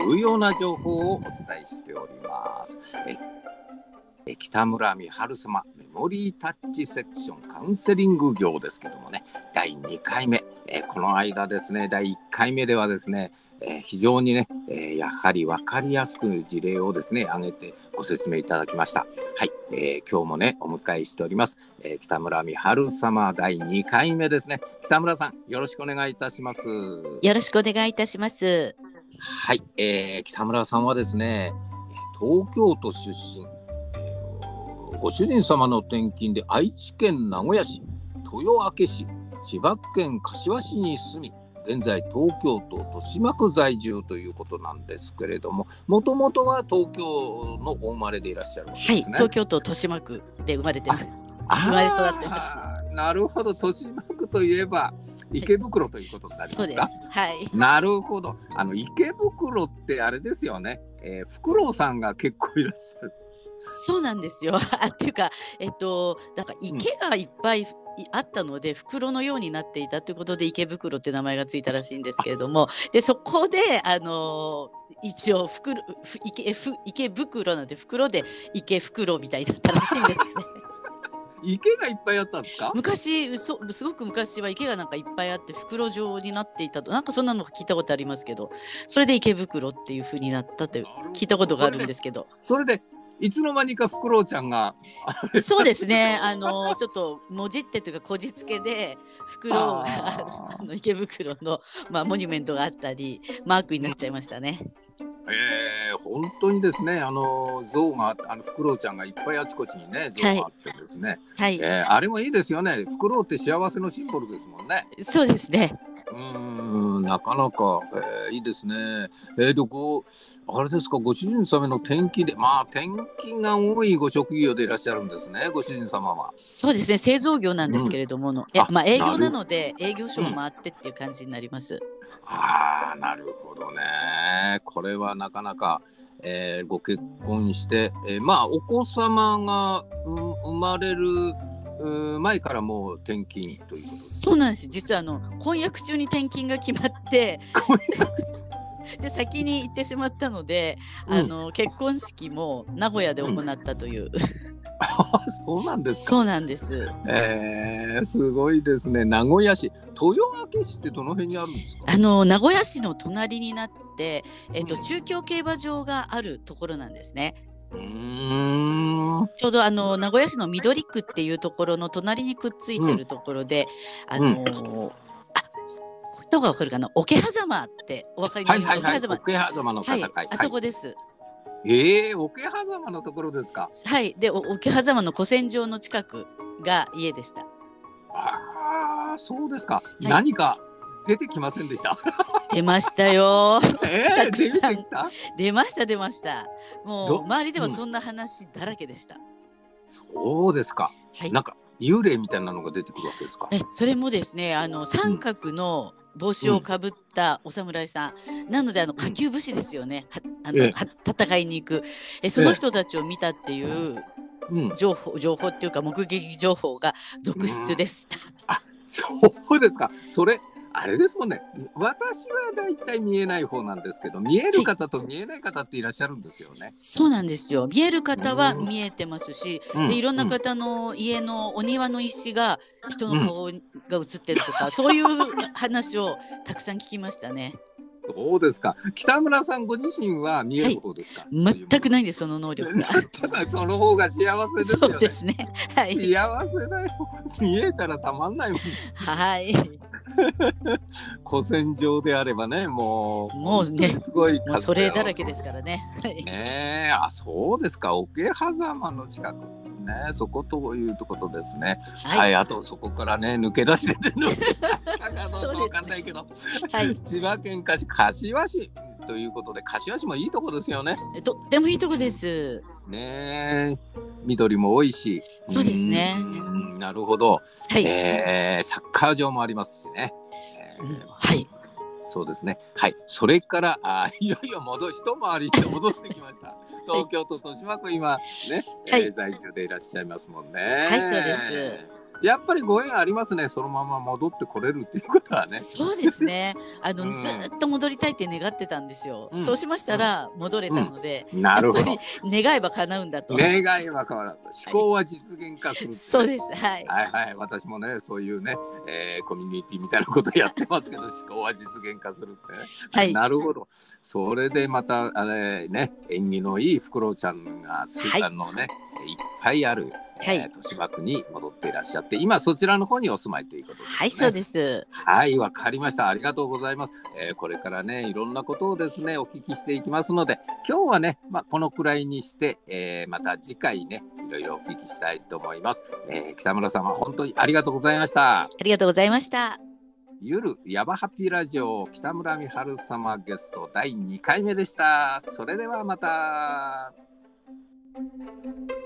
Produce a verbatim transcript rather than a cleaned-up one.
重要な情報をお伝えしております。ええ北村美春様メモリータッチセクションカウンセリング業ですけどもね、だいにかいめ、えこの間ですね、だいいっかいめではですね、えー、非常にね、えー、やはり分かりやすく事例をですね挙げてご説明いただきました。はい、えー、今日もねお迎えしております、えー、北村美春様だいにかいめですね。北村さん、よろしくお願いいたします。 よろしくお願いいたします。 はい、えー、北村さんはですね、東京都出身、えー、ご主人様の転勤で愛知県名古屋市、豊明市、千葉県柏市に住み、現在東京都豊島区在住ということなんですけれども、もともとは東京のお生まれでいらっしゃるわけですね。 はい、東京都豊島区で生まれてます。生まれ育ってます。 なるほど、豊島区といえば池袋ということになりますか。 そうです。はい。 なるほど。あの池袋ってあれですよね。えー、フクロウさんが結構いらっしゃる。 そうなんですよ。っていうか、えっと、なんか池がいっぱい、うん、あったので袋のようになっていたということで池袋って名前がついたらしいんですけれども、でそこであのー、一応袋池池袋なんで袋で池袋みたいだったらしいんですね。 池がいっぱいあったんですか？ 昔そすごく昔は池がなんかいっぱいあって袋状になっていたと、なんかそんなの聞いたことありますけど、それで池袋っていう風になったって聞いたことがあるんですけど、 それでいつの間にかフクロウちゃんがそうですね、あのちょっともじってというかこじつけでフクロウがあの池袋の、まあ、モニュメントがあったりマークになっちゃいましたね。 えー、本当にですね、あの像があのフクロウちゃんがいっぱいあちこちにね像があってですね、はいはい、えー、あれもいいですよね。フクロウって幸せのシンボルですもんね。 そうですね。 うーん、なかなか、えー、いいですね。えーとこうあれですか、ご主人様の転勤で、まあ転勤が多いご職業でいらっしゃるんですね、ご主人様は。 そうですね、製造業なんですけれどもの、うん、えまあ営業なので営業所を回ってっていう感じになります。うん、 ああ、なるほどね。これはなかなか、えー、ご結婚して、えー、まあお子様が、うん、生まれる前からもう転勤ということです。 そうなんです。実はあの婚約中に転勤が決まってで先に行ってしまったので、うん、あの結婚式も名古屋で行ったという、うんそうなんですか。 そうなんです。 えー、すごいですね。名古屋市、豊明市ってどの辺にあるんですか？ あの名古屋市の隣になって、えっと、中京競馬場があるところなんですね。 うーん、 ちょうどあの名古屋市の緑区っていうところの隣にくっついてるところで、うん、あのー、うん、どこがわかるかな、桶狭間ってお分かりになりますか？ はいはいはい、桶狭間の戦い、はい、 あそこです。 ええー、桶狭間のところですか？ はい、で桶狭間の古戦場の近くが家でした。 ああ、そうですか、はい、何か出てきませんでした？ 出ましたよ。 えー、たくさん出てきた？ 出ました出ました。もう周りではそんな話だらけでした。うん、 そうですか。はい、なんか幽霊みたいなのが出てくるわけですか？ えそれもですね、あの三角の帽子をかぶったお侍さん、うん、なのであの下級武士ですよね、うん、あの、ええ、戦いに行くえその人たちを見たっていう、ええ、情報情報っていうか目撃情報が続出でした。うん、 あ、そうですか。それあれですもんね。私はだいたい見えない方なんですけど、見える方と見えない方っていらっしゃるんですよね。はい、 そうなんですよ。見える方は見えてますし、うん、でいろんな方の家のお庭の石が人の顔が映ってるとか、うん、そういう話をたくさん聞きましたね。 そうですか。北村さんご自身は見える方ですか？ はい、全くないんです、その能力が。 その方が幸せですよね。 そうですね。はい。 幸せだよ。見えたらたまんないもん。 はい。 古戦場であればね、もうもうね、 すごいもうそれだらけですからね。 ねえ、あ、そうですか。桶狭間の近くね、そこということですね。はい、はい、あとそこからね抜け出してるのかどうかわかんないけど、はい、千葉県柏市ということで、柏市もいいとこですよね。 とってもいいとこです。 ねえ、緑も多いし。 そうですね。 なるほど。はい、えー、サッカー場もありますしね。えーうん、はい。 そうですね。はい。それからあいよいよ戻一回りして戻ってきました。東京都豊島区今ね、はい、えー、在住でいらっしゃいますもんね。 はい、そうです。 やっぱりご縁ありますね。そのまま戻ってこれるっていうことはね。 そうですね。あの、 うんずーっと戻りたいって願ってたんですよ。 うんそうしましたら戻れたので、 なるほど。 やっぱり願えば叶うんだと。 願いは変わらない。思考は実現化するってね、 そうです。はい。 はいはい。私もね、そういうね、えーコミュニティみたいなことやってますけど、思考は実現化するってね。 はいなるほど。それでまた、あれね、縁起のいいフクロウちゃんが、すはいあのね、いっぱいある、 はいえー豊島区に戻っていらっしゃって、今そちらの方にお住まいということですね。 はい、そうです。 はい、わかりました。ありがとうございます。えーこれからね、いろんなことをですね、お聞きしていきますので、今日はね、まあ、このくらいにして、えーまた次回ね、いろいろお聞きしたいと思います。えー北村様、本当にありがとうございました。 ありがとうございました。 ゆるヤバハピラジオ北村美春様ゲストだいにかいめでした。それではまた。